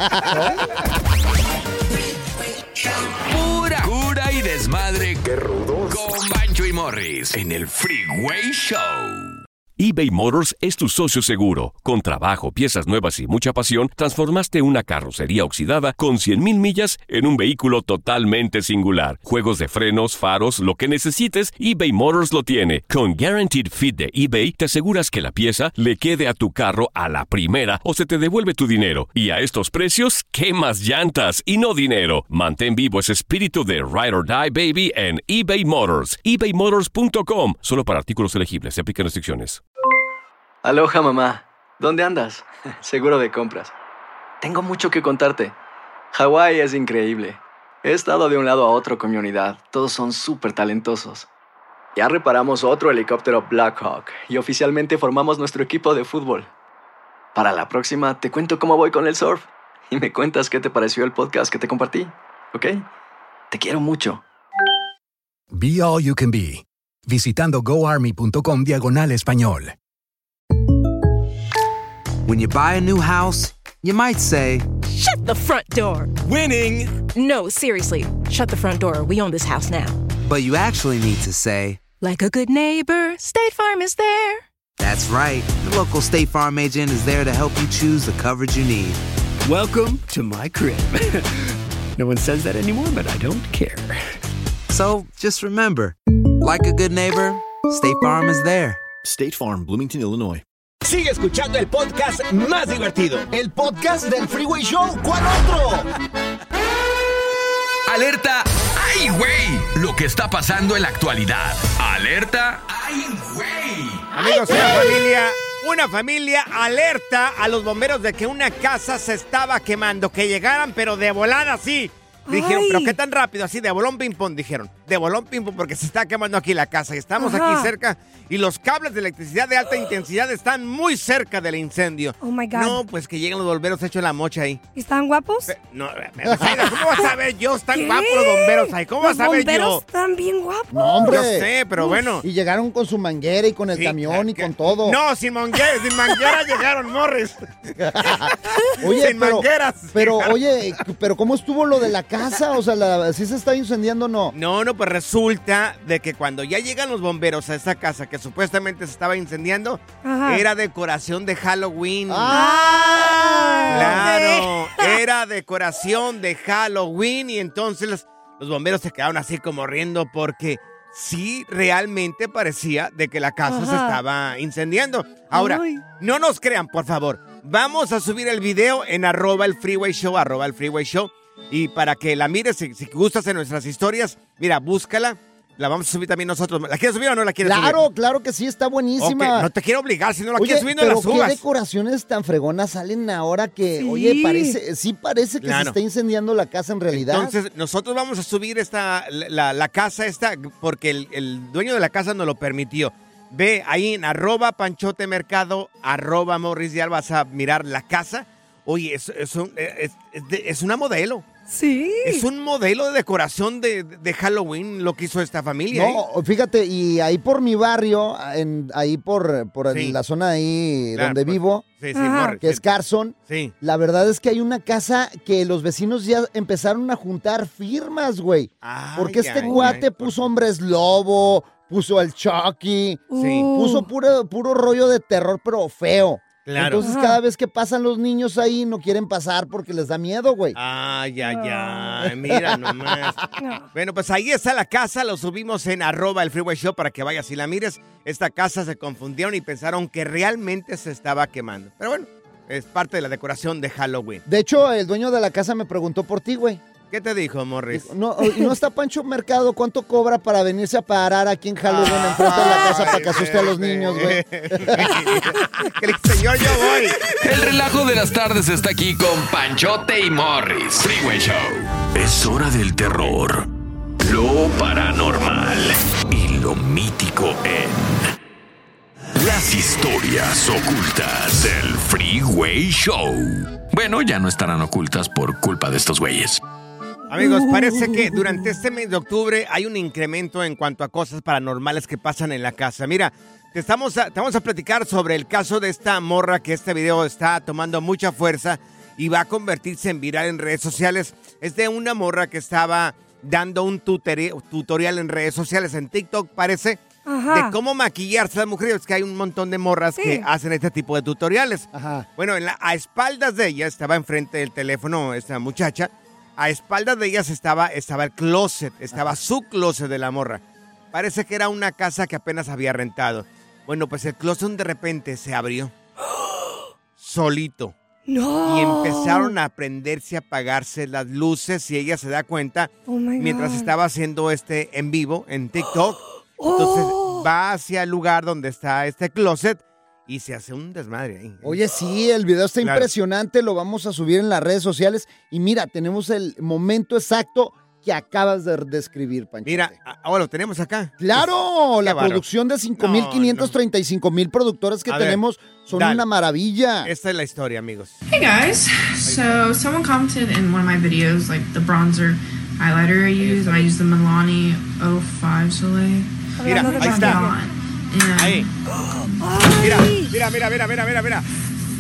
Pura cura y desmadre. ¡Qué rudos! Con Bancho y Morris en el Freeway Show. eBay Motors es tu socio seguro. Con trabajo, piezas nuevas y mucha pasión, transformaste una carrocería oxidada con cien mil millas en un vehículo totalmente singular. Juegos de frenos, faros, lo que necesites, eBay Motors lo tiene. Con Guaranteed Fit de eBay, te aseguras que la pieza le quede a tu carro a la primera o se te devuelve tu dinero. Y a estos precios, ¿qué más llantas y no dinero? Mantén vivo ese espíritu de Ride or Die, baby, en eBay Motors. ebay motors punto com. Solo para artículos elegibles. Se aplican restricciones. Aloha, mamá. ¿Dónde andas? Seguro de compras. Tengo mucho que contarte. Hawái es increíble. He estado de un lado a otro con mi unidad. Todos son súper talentosos. Ya reparamos otro helicóptero Blackhawk y oficialmente formamos nuestro equipo de fútbol. Para la próxima te cuento cómo voy con el surf y me cuentas qué te pareció el podcast que te compartí, ¿ok? Te quiero mucho. Be All You Can Be, visitando goarmy.com diagonal español. When you buy a new house, you might say, Shut the front door! Winning! No, seriously, shut the front door. We own this house now. But you actually need to say, Like a good neighbor, State Farm is there. That's right. The local State Farm agent is there to help you choose the coverage you need. Welcome to my crib. No one says that anymore, but I don't care. So, just remember, like a good neighbor, State Farm is there. State Farm, Bloomington, Illinois. Sigue escuchando el podcast más divertido. El podcast del Freeway Show. ¿Cuál otro? Alerta, ¡ay, güey! Lo que está pasando en la actualidad. Alerta, ¡ay, güey! Amigos, una familia, una familia alerta a los bomberos de que una casa se estaba quemando. Que llegaran, pero de volada, sí. Dijeron, Ay. pero qué tan rápido, así de bolón ping pong, dijeron. De bolón ping pong porque se está quemando aquí la casa. Y estamos Ajá. aquí cerca y los cables de electricidad de alta intensidad están muy cerca del incendio. Oh, my God. No, pues que lleguen los bomberos hechos la mocha ahí. ¿Están guapos? No, Zaida, ¿cómo vas a ver yo? Están ¿Qué? guapos los bomberos ahí. ¿Cómo Los vas a ver bomberos yo? están bien guapos. No, hombre. Yo sé, pero bueno. Y llegaron con su manguera y con el Sí, camión y que- con todo. No, sin manguera, sin manguera llegaron, Morris. Oye, sin pero, mangueras. pero, oye, pero ¿cómo estuvo lo de la casa? O sea, la, ¿sí se está incendiando o no? No, no, pues resulta de que cuando ya llegan los bomberos a esa casa que supuestamente se estaba incendiando, Ajá. era decoración de Halloween. Ah, Claro, ok. era decoración de Halloween y entonces los, los bomberos se quedaron así como riendo porque sí realmente parecía de que la casa se Ajá. estaba incendiando. Ahora, Ay. no nos crean, por favor. Vamos a subir el video en arroba el freeway show, arroba el freeway show. Y para que la mires, si, si gustas en nuestras historias, mira, búscala. La vamos a subir también nosotros. ¿La quieres subir o no la quieres subir? Claro, claro que sí, está buenísima. Ok, no te quiero obligar, si no la Oye, quieres subir, no pero la qué subas. decoraciones tan fregonas salen ahora que, Sí. oye, parece, sí parece que Claro. se está incendiando la casa en realidad. Entonces, nosotros vamos a subir esta, la, la- la casa esta porque el, el dueño de la casa nos lo permitió. Ve ahí en arroba panchote mercado, arroba morris y vas a mirar la casa. Oye, es, es, un- es- es de- es una modelo. Sí. Es un modelo de decoración de, de Halloween lo que hizo esta familia. ¿eh? No, fíjate, y ahí por mi barrio, en, ahí por, por Sí. la zona ahí Claro, donde pues, vivo, Sí, sí, Ajá. Morris, que sí. es Carson, Sí. la verdad es que hay una casa que los vecinos ya empezaron a juntar firmas, güey. Ay, Porque este ay, cuate ay, puso hombres lobo, puso al Chucky, Sí. Uh. puso puro, puro rollo de terror, pero feo. Claro. Entonces Ajá. cada vez que pasan los niños ahí no quieren pasar porque les da miedo, güey. Ay, ay, ay, mira nomás. No. Bueno, pues ahí está la casa, lo subimos en arroba el Freeway Show para que vayas y la mires. Esta casa se confundieron y pensaron que realmente se estaba quemando. Pero bueno, es parte de la decoración de Halloween. De hecho, el dueño de la casa me preguntó por ti, güey. ¿Qué te dijo, Morris? No, y no está Pancho Mercado, ¿cuánto cobra para venirse a parar aquí en Halloween enfrente de la casa para que asuste a los niños, güey? Señor, yo voy. El relajo de las tardes está aquí con Panchote y Morris. Freeway Show. Es hora del terror, lo paranormal y lo mítico en las historias ocultas del Freeway Show. Bueno, ya no estarán ocultas por culpa de estos güeyes. Amigos, parece que durante este mes de octubre hay un incremento en cuanto a cosas paranormales que pasan en la casa. Mira, te, estamos a, te vamos a platicar sobre el caso de esta morra que este video está tomando mucha fuerza y va a convertirse en viral en redes sociales. Es de una morra que estaba dando un tuteri- tutorial en redes sociales, en TikTok parece, Ajá. de cómo maquillarse a las mujeres. Es que hay un montón de morras Sí. que hacen este tipo de tutoriales. Ajá. Bueno, en la- a espaldas de ella estaba enfrente del teléfono esta muchacha. A espaldas de ellas estaba, estaba el closet, estaba su closet de la morra. Parece que era una casa que apenas había rentado. Bueno, pues el closet de repente se abrió. Solito. No. Y empezaron a prenderse, a apagarse las luces y ella se da cuenta Oh, my mientras God. estaba haciendo este en vivo en TikTok. Entonces Oh. va hacia el lugar donde está este closet y se hace un desmadre ahí. Oye, sí, el video está Claro. impresionante, lo vamos a subir en las redes sociales. Y mira, tenemos el momento exacto que acabas de describir, Panchote. Mira, ahora lo tenemos acá. ¡Claro! La bárbaro. producción de cinco mil quinientos treinta y cinco mil productores que A ver, tenemos son dale. una maravilla. Esta es la historia, amigos. Hey guys, so someone commented in one of my videos, like the bronzer highlighter I use, and I use the Milani oh five Soleil. Mira, From ahí está. Dawn. And Ahí. Mira, mira, mira, mira, mira, mira, mira.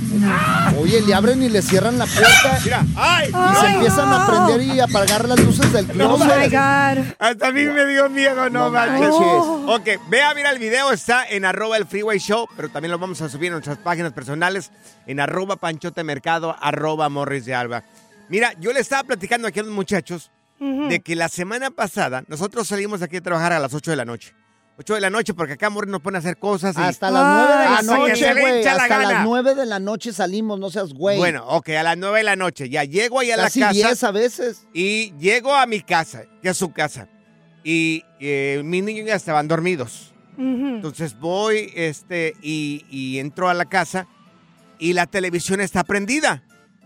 Oye, le abren y le cierran la puerta. Mira, ¡ay! Y Ay, se empiezan no. a prender y apagar las luces del No, Oh closet. my God. Hasta a mí me dio miedo, no, No manches. manches. Ok, vea, mira, el video está en arroba el Freeway Show, pero también lo vamos a subir en nuestras páginas personales, en arroba Panchote Mercado, arroba Morris de Alba. Mira, yo le estaba platicando aquí a los muchachos de que la semana pasada nosotros salimos aquí a trabajar a las ocho de la noche. ocho de la noche porque acá Morris nos pone a hacer cosas. Y... Hasta las nueve de la hasta que noche, se le güey. hincha la Hasta gana. las nueve de la noche salimos, no seas güey. Bueno, ok, a las nueve de la noche. Ya llego ahí a Casi la casa. diez a veces. Y llego a mi casa, que es su casa. Y eh, mis niños ya estaban dormidos. Entonces voy este, y, y entro a la casa y la televisión está prendida.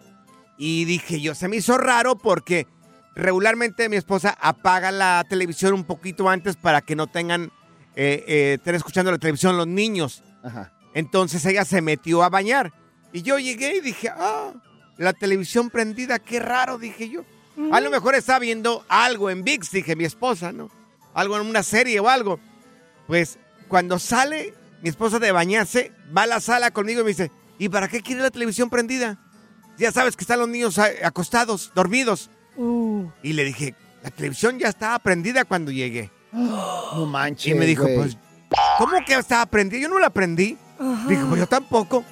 Y dije yo, se me hizo raro porque regularmente mi esposa apaga la televisión un poquito antes para que no tengan, eh, eh, estén escuchando la televisión los niños. Ajá. Entonces ella se metió a bañar. Y yo llegué y dije, ah, la televisión prendida, qué raro, dije yo. A lo mejor está viendo algo en V I X, dije mi esposa, ¿no? Algo en una serie o algo. Pues cuando sale mi esposa de bañarse, va a la sala conmigo y me dice, ¿y para qué quiere la televisión prendida? Ya sabes que están los niños acostados, dormidos. Uh. Y le dije, la televisión ya estaba prendida cuando llegué. No manches, Y me dijo, güey. pues, ¿cómo que estaba prendida? Yo no la prendí. Ajá. Dije, pues yo tampoco.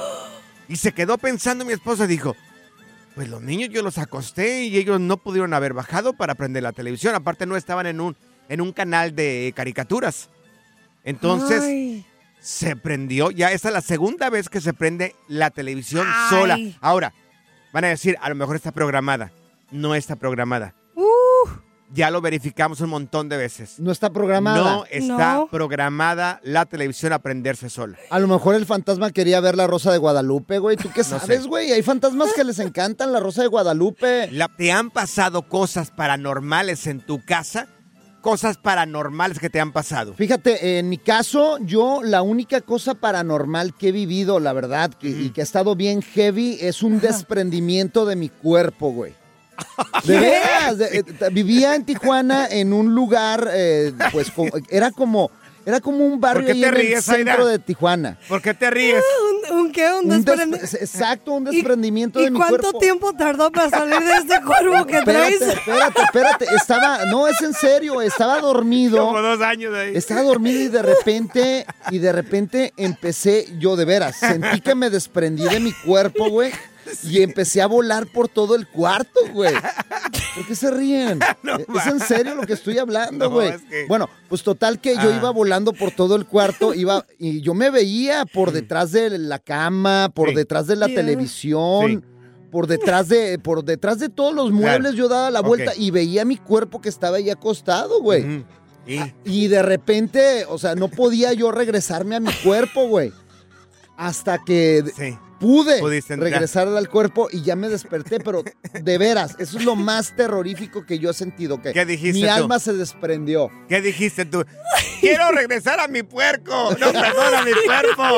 Y se quedó pensando mi esposa, dijo, pues los niños yo los acosté y ellos no pudieron haber bajado para prender la televisión. Aparte no estaban en un, en un canal de caricaturas. Entonces Ay. se prendió. Ya esta es la segunda vez que se prende la televisión Ay. sola. Ahora, van a decir, a lo mejor está programada. No está programada. Uh. Ya lo verificamos un montón de veces. No está programada. No está No. programada la televisión a prenderse sola. A lo mejor el fantasma quería ver la Rosa de Guadalupe, güey. ¿Tú qué No sabes, sé. güey? Hay fantasmas que les encantan la Rosa de Guadalupe. La- ¿Te han pasado cosas paranormales en tu casa? Cosas paranormales que te han pasado. Fíjate, en mi caso, yo la única cosa paranormal que he vivido, la verdad, que- y que ha estado bien heavy, es un desprendimiento de mi cuerpo, güey. De veras, de- eh, t- vivía en Tijuana en un lugar, eh, pues co- era como, era como un barrio ¿Por qué ahí te en el ríes, centro Aida? de Tijuana. ¿Por qué te ríes? ¿Un, un qué? ¿Un Un des- desprendimiento? exacto, un ¿Y- desprendimiento ¿Y de mi cuánto cuerpo. tiempo tardó para salir de este cuerpo que traes? Espérate, espérate, espérate. Estaba, no, es en serio, estaba dormido. Como dos años ahí. Estaba dormido y de repente, y de repente empecé, yo de veras, sentí que me desprendí de mi cuerpo, güey. Y empecé a volar por todo el cuarto, güey. ¿Por qué se ríen? No ¿Es en serio lo que estoy hablando, No, güey? es que- Bueno, pues total que yo Ah. iba volando por todo el cuarto, iba, y yo me veía por detrás de la cama, por Sí. detrás de la Yeah. televisión. Por detrás de, por detrás de todos los muebles Claro. yo daba la vuelta Ok. y veía mi cuerpo que estaba ahí acostado, güey. Ujú. Y Y de repente, o sea, no podía yo regresarme a mi cuerpo, güey. Hasta que sí. pude Pudiste entrar. regresar al cuerpo y ya me desperté, pero de veras, eso es lo más terrorífico que yo he sentido, que ¿Qué dijiste mi tú? alma se desprendió. ¿Qué dijiste tú? Quiero regresar a mi puerco. No, perdón, a mi cuerpo.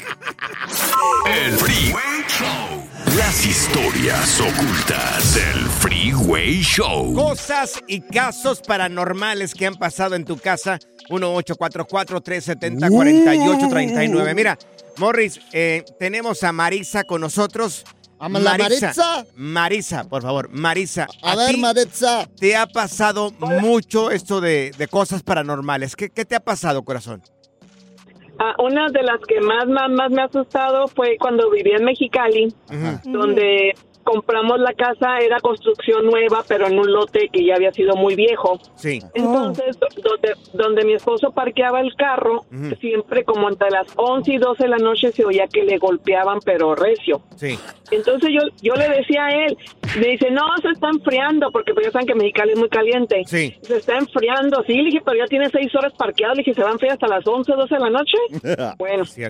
El Freeway Show. Las historias ocultas del Freeway Show. Cosas y casos paranormales que han pasado en tu casa. uno ocho cuatro cuatro, tres siete cero, cuatro ocho tres nueve. Mira, Morris, eh, tenemos a Marisa con nosotros. Vamos, la Maritza. Marisa, por favor, Marisa. A ver, ti Maritza. ¿Te ha pasado mucho esto de, de cosas paranormales? ¿Qué, ¿Qué te ha pasado, corazón? Ah, una de las que más, más, más me ha asustado fue cuando vivía en Mexicali, donde compramos la casa, era construcción nueva, pero en un lote que ya había sido muy viejo. Sí. Entonces, do- donde, donde mi esposo parqueaba el carro, Ujú. siempre como entre las once y doce de la noche se oía que le golpeaban, pero recio. Sí. Entonces yo yo le decía a él, me dice, no, se está enfriando, porque pues ya saben que Mexicali es muy caliente. Sí. Se está enfriando, sí, le dije, pero ya tiene seis horas parqueado, le dije, ¿se va a enfriar hasta las once, doce de la noche? Bueno, Cierto.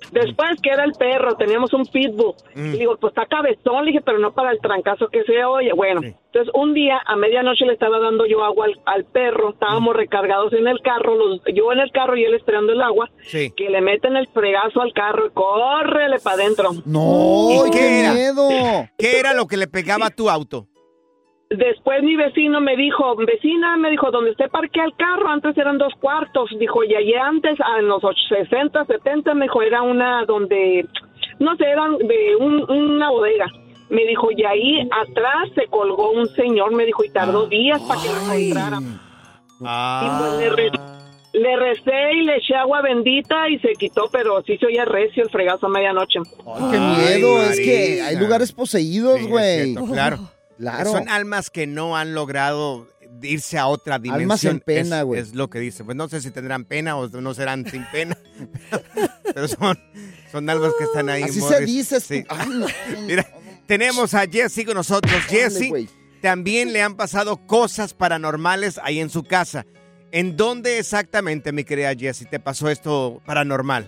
Después que era el perro, teníamos un pitbull. Mm. Y digo, pues está cabezón, le dije, pero no para el trancazo que se oye. Bueno, entonces un día a medianoche le estaba dando yo agua al, al perro, estábamos recargados en el carro, los, yo en el carro y él esperando el agua, Sí. que le meten el fregazo al carro y córrele para adentro. No, ¿Y qué, qué era? miedo. ¿Qué era lo que le pegaba a tu auto? Después mi vecino me dijo, vecina, me dijo, donde usted parquea el carro, antes eran dos cuartos, dijo, y allí antes, en los sesenta, setenta, me dijo, era una donde, no sé, eran de un, una bodega. Me dijo, y ahí atrás se colgó un señor, me dijo, y tardó días para que lo encontrara. Y pues le, re- le recé y le eché agua bendita y se quitó, pero sí se oía recio el fregazo a medianoche. Qué miedo, Ay, es que Marisa. hay lugares poseídos, Sí, es güey. cierto, claro. Claro. Son almas que no han logrado irse a otra dimensión. Almas en pena, Es- güey. Es, lo que dice. Pues no sé si tendrán pena o no serán sin pena. Pero son, son almas que están ahí. Así se Morris. dice. Sí. Ay, no. Mira, tenemos a Jessy con nosotros. Jessy, güey. también le han pasado cosas paranormales ahí en su casa. ¿En dónde exactamente, mi querida Jessy, te pasó esto paranormal?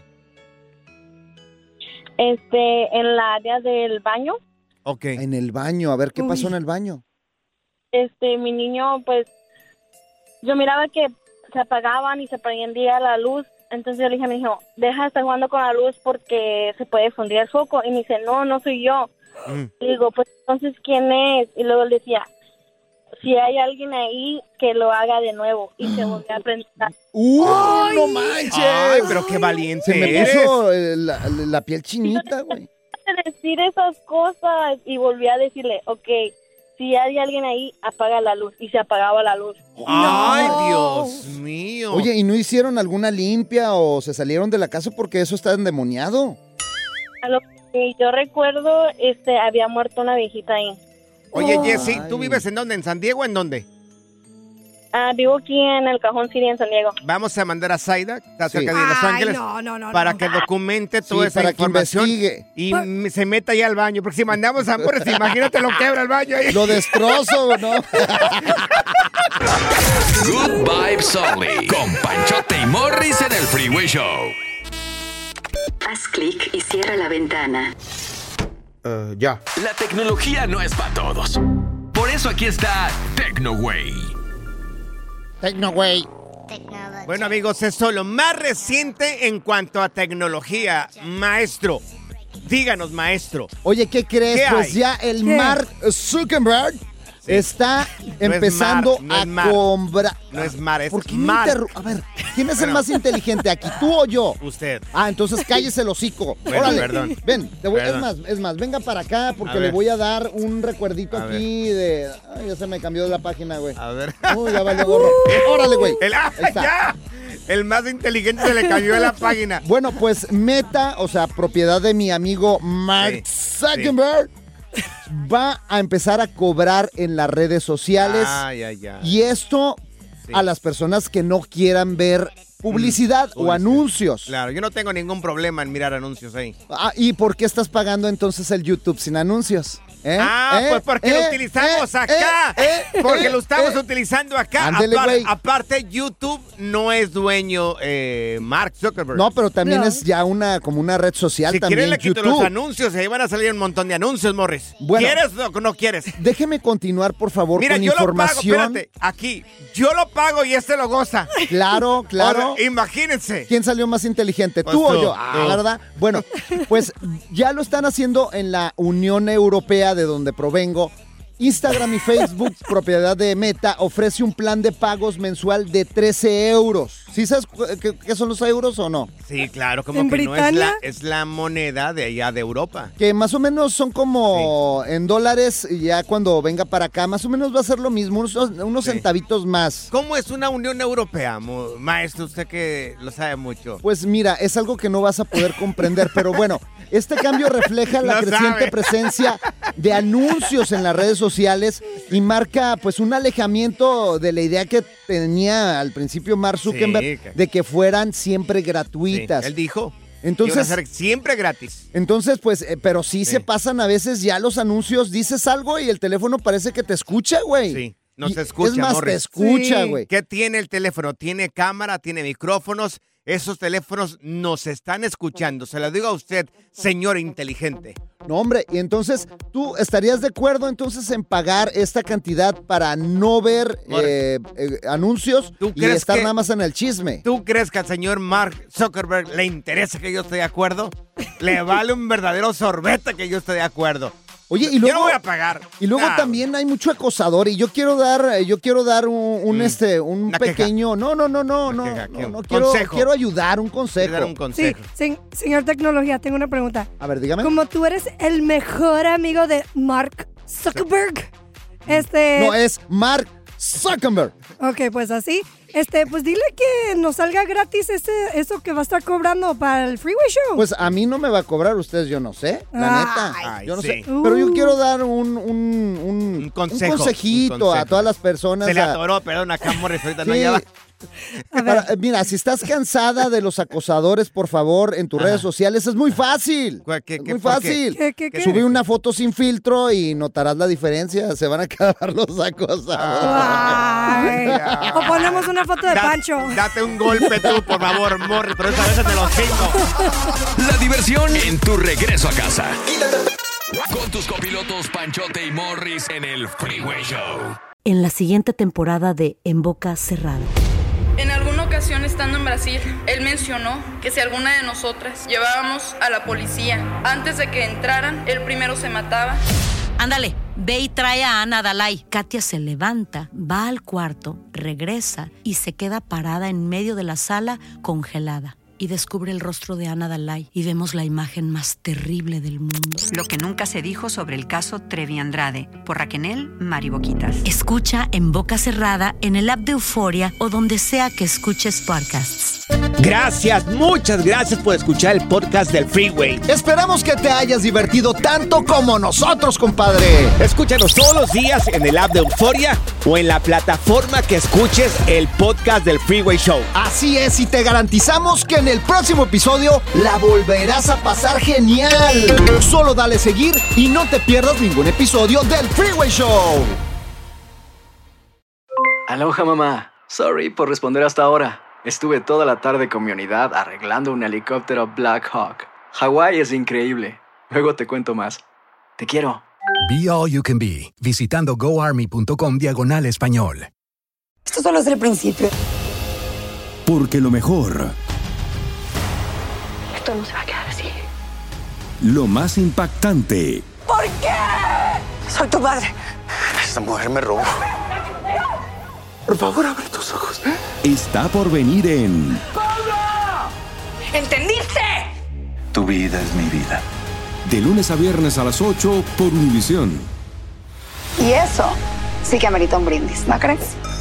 Este, en la área del baño, Ok. En el baño, a ver qué pasó en el baño. este, mi niño, pues, yo miraba que se apagaban y se prendía la luz, entonces yo le dije a mi hijo, deja de estar jugando con la luz porque se puede fundir el foco, y me dice, no, no soy yo. Mm. Y digo, pues, entonces, ¿quién es? Y luego él decía, si hay alguien ahí, que lo haga de nuevo, y se volvió a prender. ¡Uh, no manches! Ay, pero qué valiente Se me eres. puso eh, la, la piel chinita, güey. Decir esas cosas, y volví a decirle, ok, si hay alguien ahí, apaga la luz, y se apagaba la luz. Ay, Dios mío. Oye, ¿y no hicieron alguna limpia o se salieron de la casa porque eso está endemoniado? A lo que yo recuerdo, este, había muerto una viejita ahí. Oye, Jessy, ¿tú vives en dónde? ¿En San Diego o en dónde? Ah, vivo aquí en el Cajón Siria, en San Diego. Vamos a mandar a Zaida, está Sí. cerca de Los Ay, Ángeles, no, no, no, para no. que documente toda Sí, esa para que información investigue. y m- se meta ahí al baño. Porque si mandamos a Morris, imagínate lo quebra el baño ahí. Lo destrozo, ¿no? Good Vibes Only. Con Panchote y Morris en el Freeway Show. Haz clic y cierra la ventana. ya. La tecnología no es para todos. Por eso aquí está TecnoWay. Tecnoway. Bueno, amigos, eso es lo más reciente en cuanto a tecnología. Maestro, díganos, maestro. Oye, ¿qué crees? ¿Qué pues hay? ya el ¿Qué? Mark Zuckerberg está empezando Mar, no es a mar. comprar. No es mar, es ¿Por qué me Mark. interru- A ver, ¿quién es el Bueno. más inteligente aquí, tú o yo? Usted. Ah, entonces cállese el hocico. Bueno, Órale, perdón. ven, te voy, es Perdón. más, es más, venga para acá porque A le ver. voy a dar un recuerdito A aquí de... Ay, ya se me cambió la página, güey. A ver. Uy, ya valió gorro. Órale, güey. El, ¡ah, Ahí está. ya! El más inteligente se le cayó de la página. Bueno, pues Meta, o sea, propiedad de mi amigo Mark Sí, Zuckerberg, va a empezar a cobrar en las redes sociales. Ay, ay, ay. Y esto Sí. a las personas que no quieran ver publicidad o publicidad. anuncios. Claro, yo no tengo ningún problema en mirar anuncios ahí. Ah, ¿y por qué estás pagando entonces el YouTube sin anuncios? ¿Eh? Ah, ¿Eh? pues porque lo ¿Eh? utilizamos ¿Eh? acá. ¿Eh? Porque ¿Eh? lo estamos ¿Eh? utilizando acá. Ándele, Apar- güey. aparte, YouTube no es dueño eh, Mark Zuckerberg. No, pero también No. es ya una como una red social si también quieres le quito YouTube. los anuncios, ahí van a salir un montón de anuncios, Morris. Bueno. ¿Quieres o no quieres? Déjeme continuar, por favor, Mira, con yo información. lo pago, espérate, aquí. Yo lo pago y este lo goza. Claro, claro. Ahora, imagínense. ¿Quién salió más inteligente, Pues tú o tú, yo? Ah, tú. ¿verdad? Bueno, pues ya lo están haciendo en la Unión Europea, de donde provengo. Instagram y Facebook, propiedad de Meta, ofrece un plan de pagos mensual de trece euros. ¿Sí sabes cu- qué, qué son los euros o no? Sí, claro, como ¿En que no es Britania? la, es la moneda de allá de Europa. Que más o menos son como en dólares, y ya cuando venga para acá, más o menos va a ser lo mismo, unos, unos Sí. centavitos más. ¿Cómo es una Unión Europea, mo- maestro? Usted que lo sabe mucho. Pues mira, es algo que no vas a poder comprender, pero bueno, este cambio refleja la No creciente sabe. presencia de anuncios en las redes sociales y marca pues un alejamiento de la idea que tenía al principio Mark Zuckerberg Sí, que- de que fueran siempre Sí, gratuitas. él dijo. Entonces- Iban a ser siempre gratis. Entonces, pues, eh, pero sí, Sí. se pasan a veces ya los anuncios, dices algo y el teléfono parece que te escucha, güey. Sí, no Y se escucha, Es más, Morris. te escucha, Sí. güey. ¿Qué tiene el teléfono? Tiene cámara, tiene micrófonos, esos teléfonos nos están escuchando. Se lo digo a usted, señor inteligente. No, hombre, y entonces, ¿tú estarías de acuerdo entonces en pagar esta cantidad para no ver eh, eh, anuncios y estar que, nada más en el chisme? ¿Tú crees que al señor Mark Zuckerberg le interesa que yo esté de acuerdo? Le vale un verdadero sorbete que yo esté de acuerdo. Oye, y luego, yo no voy a pagar. Y luego nah. también hay mucho acosador y yo quiero dar, yo quiero dar un, un mm. este, un Una pequeño, queja. no, no, no, no, no, queja, no, no un quiero, consejo. quiero ayudar, un consejo. Quiero dar un consejo. Sí, sí, señor Tecnología, tengo una pregunta. A ver, dígame. Como tú eres el mejor amigo de Mark Zuckerberg, este... No, es Mark Zuckerberg. Ok, pues así, este, pues dile que nos salga gratis ese, eso que va a estar cobrando para el Freeway Show. Pues a mí no me va a cobrar, ustedes yo no sé, la Ay, neta. Ay, yo no sí. sé. Pero yo quiero dar un, un, un, un, consejo, un consejito un consejo. a todas las personas. Se le a... atoró, perdón, acá Morris, ahorita sí. no ya va. Para, mira, si estás cansada de los acosadores, por favor, en tus Ajá. redes sociales, es muy fácil. ¿Qué, es qué, muy fácil. ¿Qué, qué, qué? Sube una foto sin filtro y notarás la diferencia. Se van a acabar los acosadores. Ay. O ponemos una foto de Da, Pancho. Date un golpe tú, por favor, Morris, pero esta vez te lo cinco. La diversión en tu regreso a casa. Con tus copilotos Panchote y Morris en el Freeway Show. En la siguiente temporada de En Boca Cerrada. En alguna ocasión estando en Brasil, él mencionó que si alguna de nosotras llevábamos a la policía antes de que entraran, él primero se mataba. Ándale, ve y trae a Ana Dalai. Katia se levanta, va al cuarto, regresa y se queda parada en medio de la sala congelada. Y descubre el rostro de Ana Dalai y vemos la imagen más terrible del mundo. Lo que nunca se dijo sobre el caso Trevi Andrade, por Raquel Mariboquitas. Escucha En Boca Cerrada, en el app de Euforia o donde sea que escuches podcasts. Gracias, muchas gracias por escuchar el podcast del Freeway. Esperamos que te hayas divertido tanto como nosotros, compadre. Escúchanos todos los días en el app de Euforia o en la plataforma que escuches el podcast del Freeway Show. Así es, y te garantizamos que en el próximo episodio la volverás a pasar genial. Solo dale seguir y no te pierdas ningún episodio del Freeway Show. Aloha, mamá. Sorry por responder hasta ahora. Estuve toda la tarde con mi unidad arreglando un helicóptero Black Hawk. Hawái es increíble. Luego te cuento más. Te quiero. Be All You Can Be, visitando goarmy.com diagonal español. Esto solo es el principio. Porque lo mejor... Esto no se va a quedar así. Lo más impactante... ¿Por qué? Soy tu madre. Esta mujer me robó. Por favor, abre tus ojos. Está por venir en... ¡Pablo! ¿Entendiste? Tu vida es mi vida. De lunes a viernes a las ocho por Univisión. Y eso sí que amerita un brindis, ¿no crees?